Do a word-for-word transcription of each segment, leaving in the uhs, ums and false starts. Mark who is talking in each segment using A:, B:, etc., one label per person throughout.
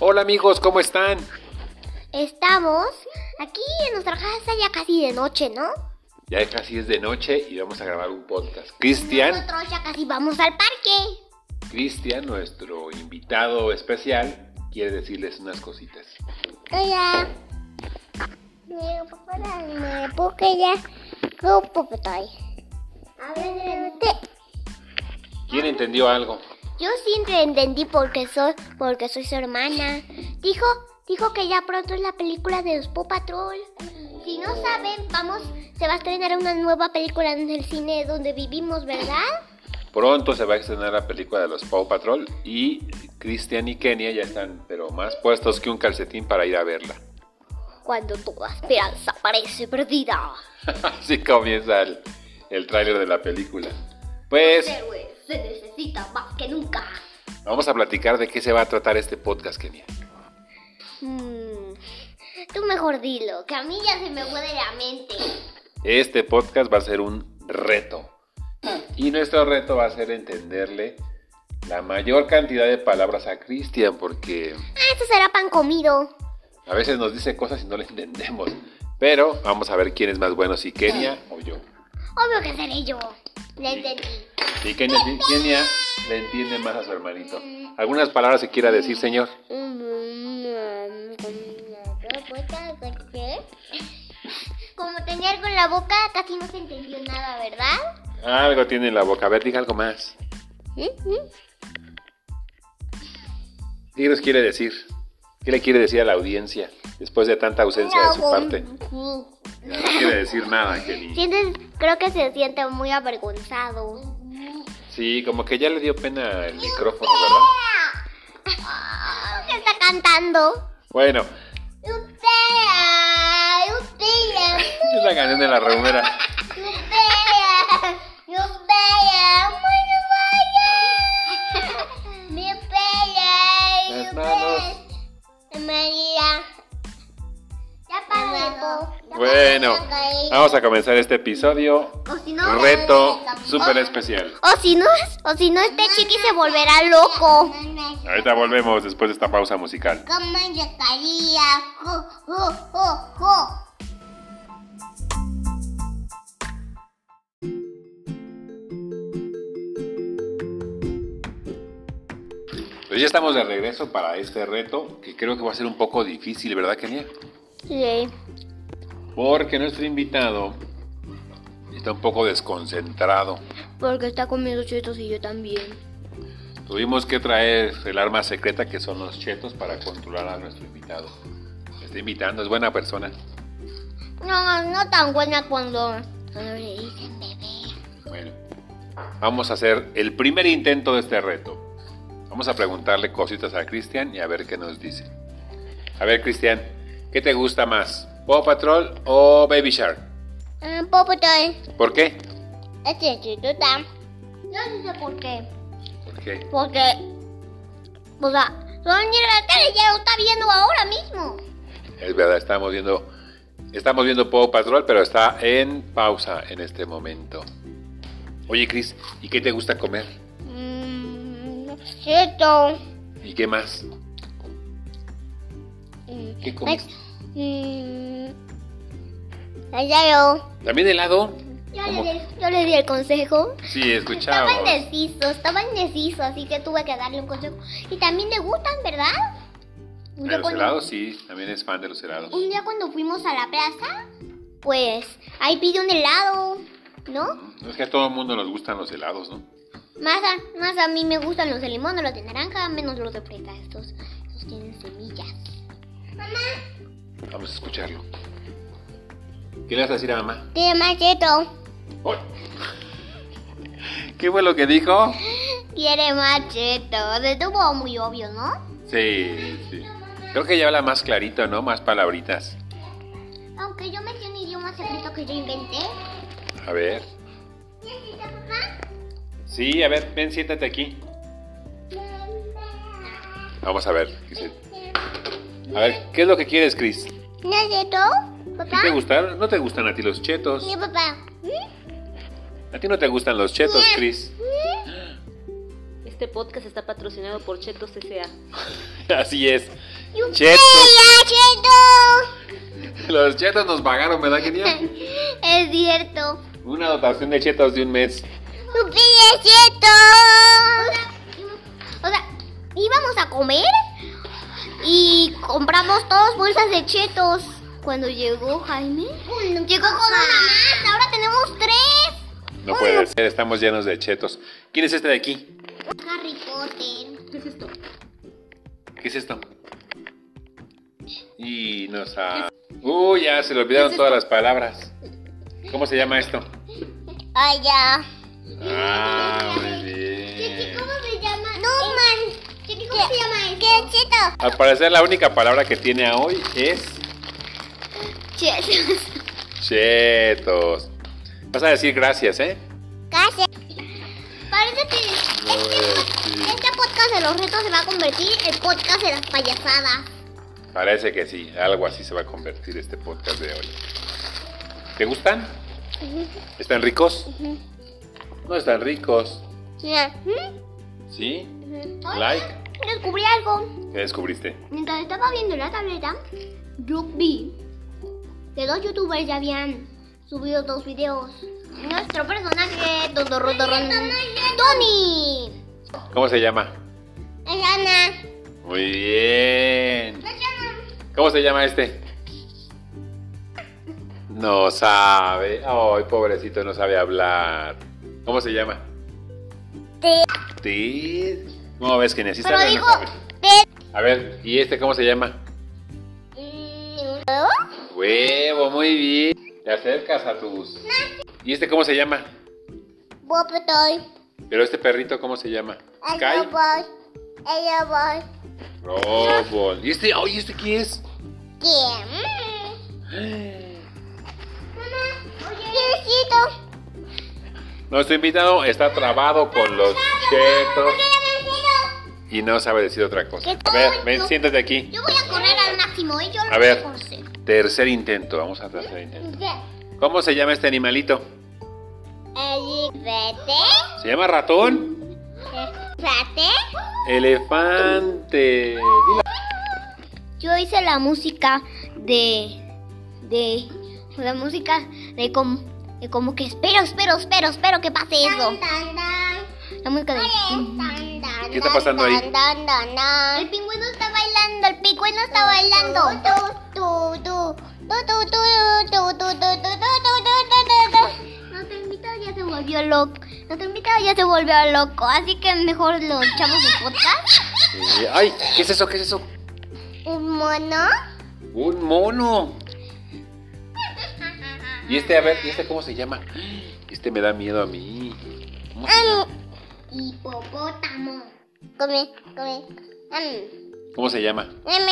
A: Hola amigos, ¿cómo están?
B: Estamos aquí en nuestra casa ya casi de noche, ¿no?
A: Ya casi es de noche y vamos a grabar un podcast. Cristian,
B: Nosotros ya casi vamos al parque.
A: Cristian, nuestro invitado especial, quiere decirles unas cositas.
B: Hola. Me porque ya ¿cómo estoy? A ver,
A: ¿Quién entendió algo?
B: yo sí entendí porque soy porque soy su hermana. Dijo, dijo que ya pronto es la película de los Paw Patrol. Si no saben, vamos, se va a estrenar una nueva película en el cine donde vivimos, ¿verdad?
A: Pronto se va a estrenar la película de los Paw Patrol y Cristian y Kenia ya están, pero más puestos que un calcetín para ir a verla.
B: Cuando toda esperanza parece perdida.
A: Así comienza el, el tráiler de la película. Pues
B: Los héroes se necesitan más que nunca.
A: vamos a platicar de qué se va a tratar este podcast, Kenia.
B: Hmm, tú mejor dilo, que a mí ya se me fue de la mente.
A: Este podcast va a ser un reto. Y nuestro reto va a ser entenderle la mayor cantidad de palabras a Cristian, porque
B: Ah, esto será pan comido.
A: a veces nos dice cosas y no le entendemos. Pero vamos a ver quién es más bueno, si Kenia o yo.
B: Obvio que seré yo. Le entendí.
A: Si Kenia, si Kenia le entiende más a su hermanito. ¿Algunas palabras que quiera decir, señor?
B: Como tenía algo en la boca, casi no se entendió nada, ¿verdad?
A: Algo tiene en la boca. A ver, diga algo más. ¿Qué nos quiere decir? ¿Qué le quiere decir a la audiencia después de tanta ausencia de su parte? No quiere decir nada, Kelly.
B: Sientes, creo que se siente muy avergonzado.
A: Sí, como que ya le dio pena el micrófono, ¿verdad?
B: ¿Qué está cantando?
A: Bueno,
B: Upea, upea,
A: es la canción de la reumera.
B: upea, upea, bueno, vaya. Me upea,
A: Las manos.
B: María. Ya paró.
A: Bueno, vamos a comenzar este episodio.
B: O si no,
A: Reto súper especial.
B: O si no, o si no, este chiqui se volverá loco.
A: Ahorita volvemos después de esta pausa musical.
B: ¿Cómo llegaría? Jo, jo, jo, jo.
A: Pues ya estamos de regreso para este reto, que creo que va a ser un poco difícil, ¿verdad, Kenia?
B: Sí.
A: Porque nuestro invitado está un poco desconcentrado.
B: Porque está comiendo chetos y yo también.
A: Tuvimos que traer el arma secreta, que son los chetos, para controlar a nuestro invitado. Me está invitando, es buena persona.
B: No, no tan buena cuando, cuando le dicen bebé.
A: Bueno, vamos a hacer el primer intento de este reto. Vamos a preguntarle cositas a Cristian y a ver qué nos dice. A ver, Cristian, ¿qué te gusta más? ¿Paw Patrol o Baby Shark?
B: Ah, Popotoy.
A: ¿Por qué?
B: Este chituta. Yo no sé por qué.
A: ¿Por qué?
B: Porque, o sea, Sonia la tele ya lo está viendo ahora mismo.
A: Es verdad, estamos viendo, estamos viendo Paw Patrol, pero está en pausa en este momento. Oye, Cris, ¿y qué te gusta comer?
B: Mmm, cheto.
A: ¿Y qué más? ¿Qué comes?
B: Mmm, helado.
A: ¿También helado?
B: Yo
A: ¿Cómo?
B: le, di, yo le di el consejo.
A: Sí, escuchamos.
B: Estaba indeciso, estaba indeciso, así que tuve que darle un consejo. Y también le gustan, ¿verdad? Un
A: ¿De
B: día
A: los
B: cuando-
A: helados? Sí, también es fan de los helados.
B: Un día cuando fuimos a la plaza, pues ahí pidió un helado, ¿no?
A: No es que a todo el mundo nos gustan los helados, ¿no?
B: Más a, más a mí me gustan los de limón o los de naranja, menos los de fresa. Estos, estos tienen semillas. Mamá.
A: Vamos a escucharlo. ¿Qué le vas a decir a mamá?
B: Tiene macheto.
A: ¡Ay! ¿Qué fue lo que dijo?
B: Quiere macheto. De tuvo muy obvio, ¿no?
A: Sí, sí. Creo que ya habla más clarito, ¿no? Más palabritas.
B: Aunque yo metí un idioma secreto que yo inventé.
A: A ver.
B: ¿Necesita papá?
A: Sí, a ver, ven, siéntate aquí. Vamos a ver. ¿qué se- A ver, ¿qué es lo que quieres, Chris?
B: ¿Macheto?
A: ¿Sí
B: ¿Papá?
A: te gustan? ¿No te gustan a ti los chetos?
B: Sí, papá.
A: A ti no te gustan los chetos, Chris.
C: Este podcast está patrocinado por Chetos S A
A: Así es.
B: ¡Yupi,
A: Chetos.
B: ya, Cheto!
A: Los chetos nos pagaron, ¿verdad, genial?
B: Es cierto.
A: Una dotación de chetos de un mes.
B: ¡Yupi, ya, Cheto! O sea, íbamos a comer y compramos todos bolsas de chetos. Cuando llegó Jaime, llegó con una más. Ahora tenemos tres.
A: No puede ser, estamos llenos de chetos. ¿Quién es este de aquí?
B: Harry Potter.
C: ¿Qué es esto?
A: ¿Qué es esto? Y nos ha... Uy, ya se le olvidaron todas las palabras. ¿Cómo se llama esto?
B: Ay, ya.
A: Ah, muy bien.
B: ¿Cómo se llama? No, man. Chiqui, ¿cómo se llama esto? ¿Qué cheto?
A: Al parecer la única palabra que tiene a hoy es
B: Chetos.
A: chetos. Vas a decir gracias, ¿eh?
B: Gracias. Parece que este, este podcast de los retos se va a convertir en podcast de las payasadas.
A: Parece que sí, algo así se va a convertir este podcast de hoy. ¿Te gustan? ¿Están ricos? No están ricos.
B: Mira.
A: ¿Sí?
B: Oye,
A: Like.
B: descubrí algo.
A: ¿Qué descubriste?
B: Mientras estaba viendo la tableta, yo vi que dos youtubers ya habían subido dos videos. Nuestro personaje, Tony.
A: ¿Cómo se llama?
B: Es Ana.
A: Muy bien. ¿Cómo se llama este? No sabe. Ay, pobrecito, no sabe hablar. ¿Cómo se llama?
B: Te.
A: Ted. ¿Cómo ves que necesita?
B: Pero
A: No
B: dijo
A: sabe.
B: Te.
A: A ver, ¿y este cómo se llama? Huevo, muy bien. Te acercas a tus... ¿Y este cómo se llama?
B: Bob Toy.
A: Pero este perrito, ¿cómo se llama?
B: Ella
A: Sky.
B: voy. Ella voy.
A: Robol. ¿Y este? Ay, ¿este quién es?
B: ¿Quién? Mamá, oye, Quietito.
A: Nuestro invitado está trabado con los chetos y no sabe decir otra cosa. A ver, ven, siéntate aquí.
B: Yo voy a correr al máximo y yo lo
A: A ver,
B: voy a hacer.
A: tercer intento. Vamos a tercer intento. ¿Cómo se llama este animalito?
B: Elefante.
A: ¿Se llama ratón?
B: Elefante.
A: Elefante. Dila.
B: Yo hice la música de de la música de como de como que espero, espero, espero, espero que pase eso. La música de
A: ¿Qué está pasando ahí?
B: El pingüino está bailando, el pingüino está bailando. Nuestro invitado ya se volvió loco. Nuestro invitado ya se volvió loco, así que mejor lo echamos en podcast.
A: Eh, Ay, ¿qué es eso? ¿Qué es eso?
B: ¿Un mono?
A: Un mono. ¿Y este, a ver, ¿y este cómo se llama? Este me da miedo a mí. ¿Cómo se llama?
B: Hipopótamo. Come, come.
A: ¿Cómo se llama?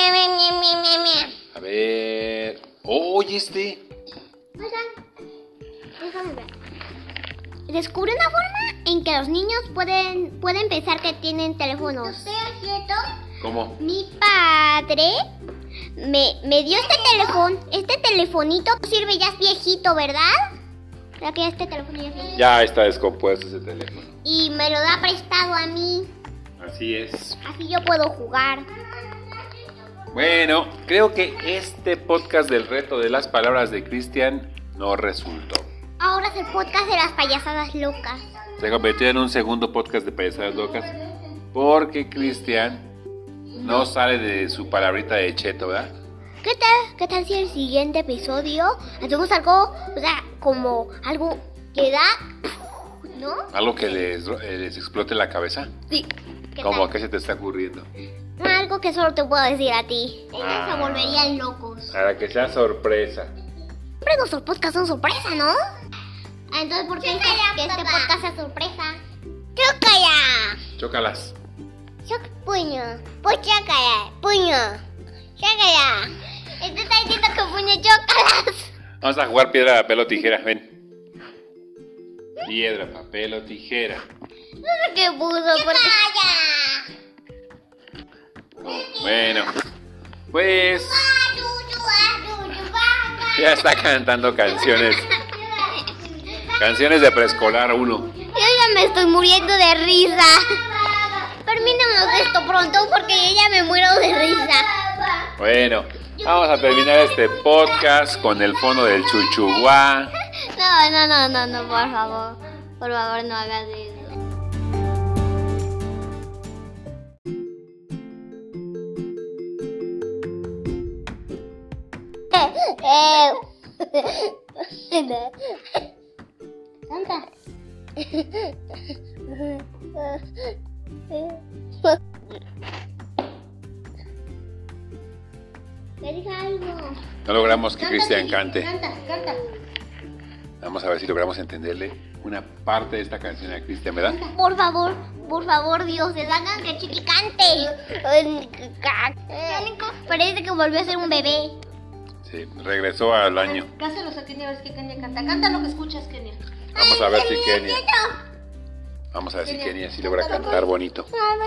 A: A ver. ¡Oye, este!
B: Oigan, déjame ver. Descubrí una forma en que los niños pueden, pueden pensar que tienen teléfonos.
A: ¿Cómo?
B: Mi padre me, me dio este teléfono, este telefonito sirve, ya es viejito, ¿verdad? Ya que este teléfono ya es viejito.
A: Ya está descompuesto ese teléfono.
B: Y me lo da prestado a mí,
A: Así es.
B: así yo puedo jugar.
A: Bueno, creo que este podcast del reto de las palabras de Cristian no resultó.
B: Ahora es el podcast de las payasadas locas.
A: Se convirtió en un segundo podcast de payasadas locas porque Cristian no sale de su palabrita de cheto, ¿verdad?
B: ¿Qué tal? ¿Qué tal si el siguiente episodio hacemos algo, o sea, como algo que da, ¿no?
A: Algo que les, eh, les explote la cabeza.
B: Sí. ¿Qué
A: ¿Cómo?
B: tal?
A: ¿Qué se te está ocurriendo?
B: Algo que solo te puedo decir a ti. Ellos
A: Ah.
B: se volverían locos.
A: Para que sea sorpresa.
B: Siempre nuestros podcasts son sorpresa, ¿no? Ah, entonces, ¿por qué dices que este podcast sea sorpresa? ¡Chócala!
A: Chócalas.
B: Choc puño. Pues chócala. Puño. Chócala. Este está diciendo que puño chócalas.
A: Vamos a jugar piedra, papel o tijera, ven. Piedra, papel o tijera.
B: No sé qué puso porque...
A: Bueno, pues ya está cantando canciones. Canciones de preescolar uno.
B: Yo ya me estoy muriendo de risa. terminemos esto pronto porque yo ya me muero de risa.
A: Bueno, vamos a terminar este podcast con el fondo del chuchuguá.
B: No, no, no, no, no, por favor. Por favor, no hagas eso. Canta. ¿Qué diga algo?
A: No logramos que Cristian cante.
B: Canta, canta.
A: Vamos a ver si logramos entenderle una parte de esta canción a Cristian, ¿verdad?
B: Por favor, por favor, Dios, les hagan que Chiqui cante. Parece que volvió a ser un bebé.
A: Sí, regresó al año.
C: Cásalos a Kenia a ver si Kenia canta. Canta lo que escuchas, Kenia.
A: Vamos a ver si Kenia. Vamos a ver si Kenia sí logra cantar bonito.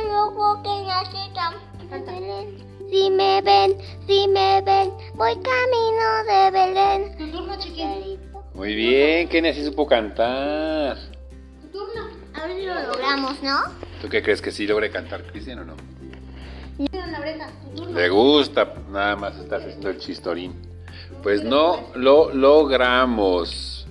B: Si me ven, si me ven, voy camino de Belén.
C: Tu turno, Chiqui.
A: Muy bien, Kenia sí supo cantar.
C: Tu turno.
B: A ver si lo logramos, ¿no?
A: ¿Tú qué crees que sí logre cantar Cristian o no?
C: Mira la oreja. Tu turno.
A: Le gusta, nada más estás haciendo el chistorín. Pues no lo logramos.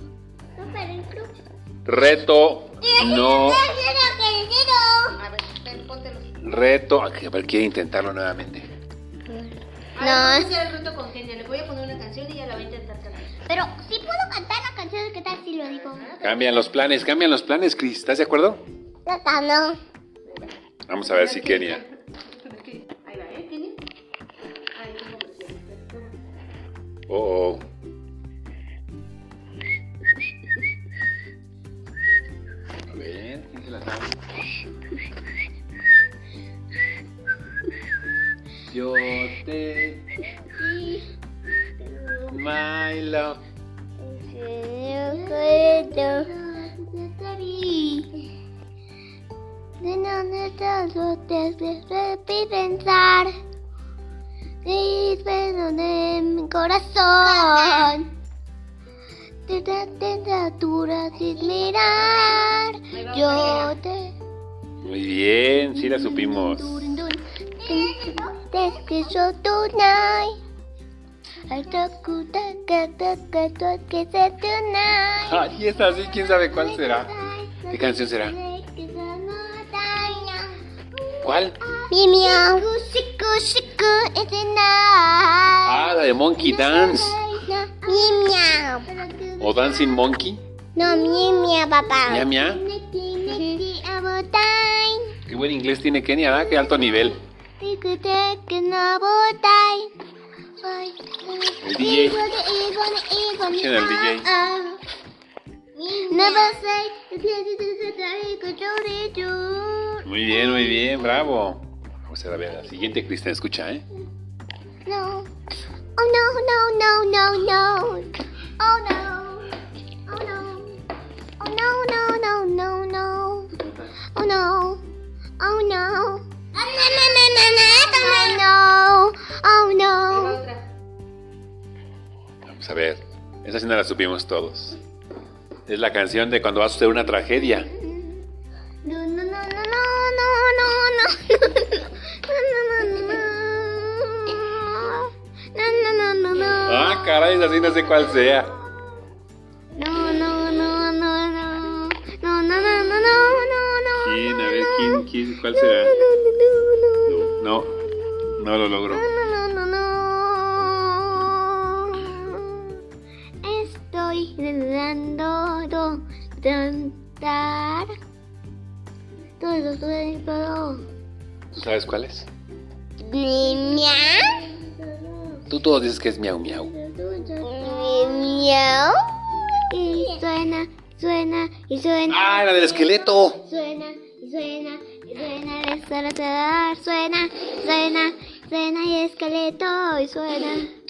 A: Reto no.
C: A ver, ven, póntelos.
A: Reto. A ver, quiere intentarlo nuevamente.
C: No. Voy a hacer el reto con Kenia. Le voy a poner una canción y ella la va a intentar cantar.
B: Pero sí puedo cantar la canción, ¿qué tal si lo digo?
A: Cambian los planes, cambian los planes, Cris. ¿Estás de acuerdo?
B: No, no.
A: Vamos a ver si Kenia.
C: Ahí va, ¿eh, Kenia? Ahí tengo presión.
A: Oh, oh. A ver, ¿quién se la sabe? Yo te... My love.
B: De donde estás, te debí pensar. Disperso de mi corazón. De la temperatura sin mirar. Yo te.
A: Muy bien, sí la supimos.
B: Describo tonight. I talk to the cat, the cat, the cat, the tonight.
A: Ay, esta sí, quién sabe cuál será. ¿Qué canción será? ¿Cuál?
B: Mi miau. Shiku, shiku, it's a
A: Ah, la de Monkey Dance.
B: Mi miau.
A: ¿O Dancing Monkey?
B: No, mi miau, papá.
A: Mia, mia. Qué buen inglés tiene Kenia, ¿verdad? Qué alto nivel. El D J. Escuchen al D J.
B: Never say.
A: Muy bien, muy bien, bravo. Vamos a ver la siguiente, Cristian, escucha, ¿eh?
B: No. Oh no, no, no, no, no. Oh no. Oh no. Oh no, no, no, no, no. Oh no. Oh no. Oh no, no, no, no, no. Oh no.
A: Vamos a ver. Esa sí no la supimos todos. Es la canción de cuando va a suceder una tragedia.
B: No, no, no, no, no, no, no, no, no, no.
A: Ah, caray, esa sí no sé cuál sea.
B: No, no, no, no, no. No, no, no, no, no, no, no.
A: ¿Quién? A ver, ¿quién? ¿Quién? ¿Cuál será? No, no lo logro.
B: No, no, no, no. Estoy intentando cantar. Todo, todo, todo.
A: ¿Tú sabes cuál es?
B: Miau.
A: Tú todo dices que es miau miau.
B: Miau. Y suena, suena, y suena.
A: ¡Ah, la del esqueleto!
B: Suena, y suena, y suena el esqueleto. Suena, suena, suena y esqueleto, y suena.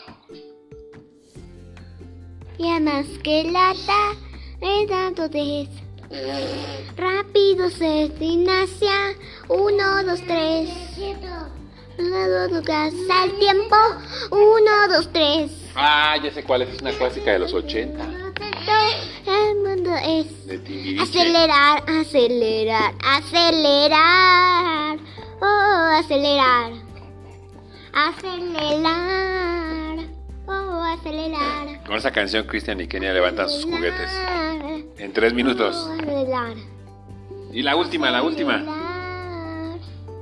B: Y además que lata, es tanto de rápido se gimnasia. Uno, dos, tres. Uno, dos, tres. Al tiempo. Uno, dos, tres.
A: Ah, ya sé cuál es. Es una clásica de los ochenta.
B: El mundo es
A: De Timbiriche.
B: acelerar, acelerar, acelerar. Oh, acelerar. Acelerar. Oh, acelerar.
A: Con esa canción, Cristian y Kenia levantan sus juguetes.
B: Acelerar.
A: En tres minutos.
B: Oh, acelerar.
A: Y la última, la última.
B: Acelerar.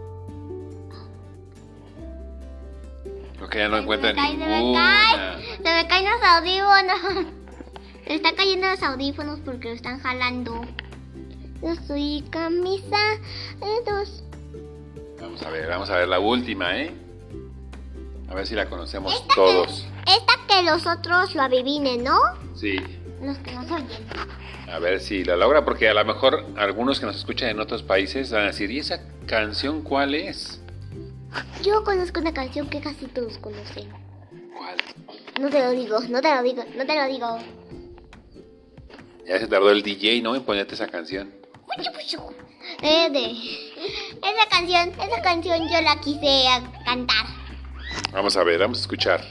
A: Creo que ya no encuentra
B: Se me cae, se me
A: ninguna.
B: cae. Se me caen los audífonos. Se están cayendo los audífonos porque lo están jalando. Yo soy camisa de dos.
A: Vamos a ver, vamos a ver la última, ¿eh? A ver si la conocemos
B: Esta
A: todos.
B: Que, esta que los otros lo adivinen, ¿no?
A: Sí.
B: Los que nos oyen.
A: A ver si la logra, porque a lo mejor algunos que nos escuchan en otros países van a decir, ¿y esa canción cuál es?
B: Yo conozco una canción que casi todos conocen.
A: ¿Cuál?
B: No te lo digo, no te lo digo, no te lo digo.
A: Ya se tardó el D J, ¿no? En ponerte esa canción.
B: Eh, de... Esa canción, esa canción yo la quise a- cantar.
A: Vamos a ver, vamos a escuchar.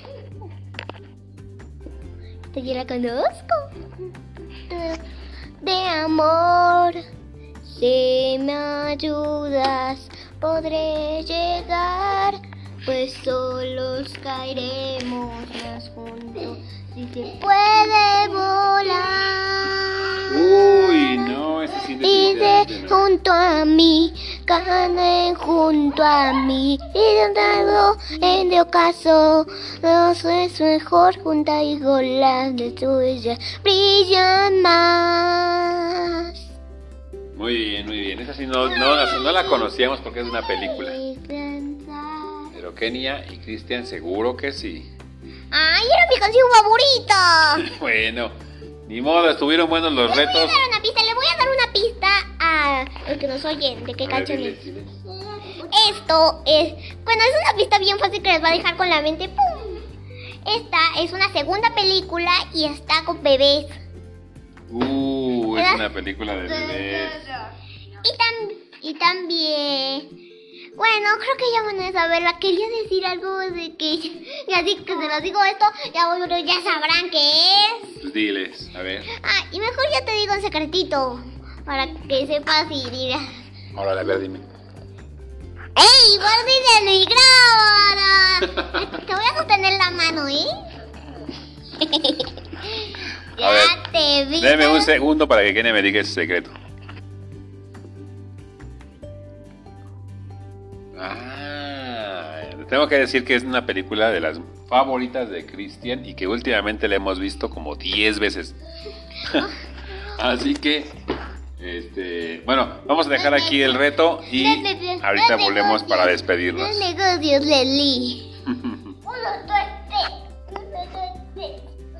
B: Esta yo la conozco. De, de amor, si me ayudas, podré llegar. Pues solos caeremos más juntos. Si se puede volar.
A: Uy, no, ese sí
B: Y de
A: definitivamente no.
B: junto a mí, caen junto a mí. Y de un lado, en de ocaso, no es mejor junta y las de tuyas brillan más.
A: Muy bien, muy bien. Esa sí no, no, la- no la conocíamos porque es una película. Pero Kenia y Cristian seguro que sí.
B: ¡Ay, era mi canción favorita!
A: Bueno, ni modo, estuvieron buenos los
B: Le voy a
A: retos.
B: dar una pista, le voy a dar una pista a los que nos oyen de qué
A: A ver,
B: canción
A: diles,
B: es.
A: diles.
B: Esto es, bueno, es una pista bien fácil que les va a dejar con la mente. ¡Pum! Esta es una segunda película y está con bebés.
A: Uh, es
B: ¿Verdad?
A: una película de bebés.
B: Y, tam- y también, bueno, creo que ya van a saberla. Quería decir algo de que, y así que se los digo esto, ya, bueno, ya sabrán qué es.
A: Pues diles, a ver.
B: Ah, y mejor ya te digo en secretito, para que sepas y dirás.
A: Ahora, a ver, dime.
B: ¡Ey, guárdate y grábala! Te voy a sostener la mano, ¿eh? Ya
A: A ver,
B: te vi.
A: Deme un segundo para que Kenia me diga ese secreto. Ah, tengo que decir que es una película de las favoritas de Cristian y que últimamente la hemos visto como diez veces. Así que, este, bueno, vamos a dejar aquí el reto y ahorita volvemos para despedirnos.
B: Los negocios, Leslie. Uno, dos, tres. Uno, dos, tres.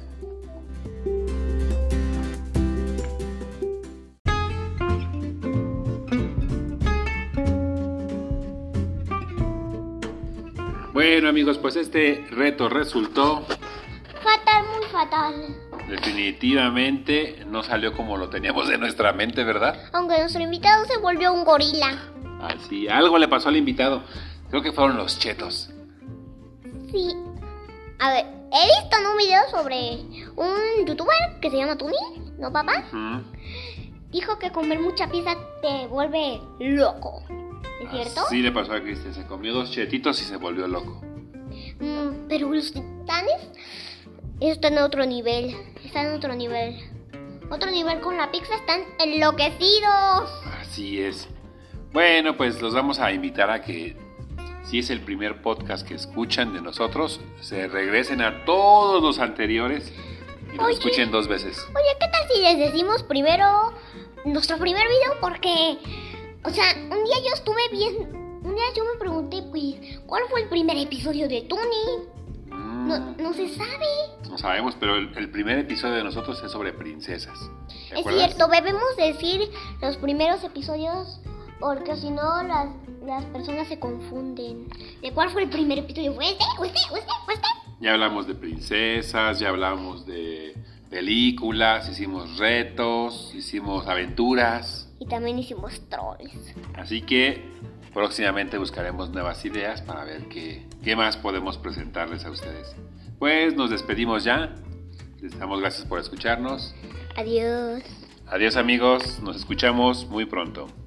A: Bueno amigos, pues este reto resultó,
B: Fatal, muy fatal.
A: definitivamente no salió como lo teníamos en nuestra mente, ¿verdad?
B: Aunque nuestro invitado se volvió un gorila.
A: Así, algo le pasó al invitado. Creo que fueron los chetos.
B: Sí. A ver, he visto en un video sobre un youtuber que se llama Tuni, ¿no, papá?
A: Ujú.
B: Dijo que comer mucha pizza te vuelve loco. ¿Es cierto?
A: Sí le pasó a Cristian, se comió dos chetitos y se volvió loco.
B: Mm, pero los titanes están en otro nivel. Están en otro nivel. Otro nivel con la pizza, están enloquecidos.
A: Así es. Bueno, pues los vamos a invitar a que, si es el primer podcast que escuchan de nosotros, se regresen a todos los anteriores y los
B: Oye.
A: escuchen dos veces.
B: Oye, ¿qué tal si les decimos primero nuestro primer video? Porque, o sea, un día yo estuve bien. Un día yo me pregunté, pues, ¿cuál fue el primer episodio de Tuni?
A: Mm,
B: No, no se sabe.
A: no sabemos, pero el, el primer episodio de nosotros es sobre princesas. ¿Te
B: Es
A: acuerdas?
B: cierto, debemos decir los primeros episodios porque si no las, las personas se confunden. ¿De cuál fue el primer episodio? ¿Fue este? ¿Fue este? ¿Fue este? ¿Fue este?
A: Ya hablamos de princesas, ya hablamos de películas, hicimos retos, hicimos aventuras.
B: Y también hicimos trolls.
A: Así que próximamente buscaremos nuevas ideas para ver qué, qué más podemos presentarles a ustedes. Pues nos despedimos ya. Les damos gracias por escucharnos.
B: Adiós.
A: Adiós amigos, nos escuchamos muy pronto.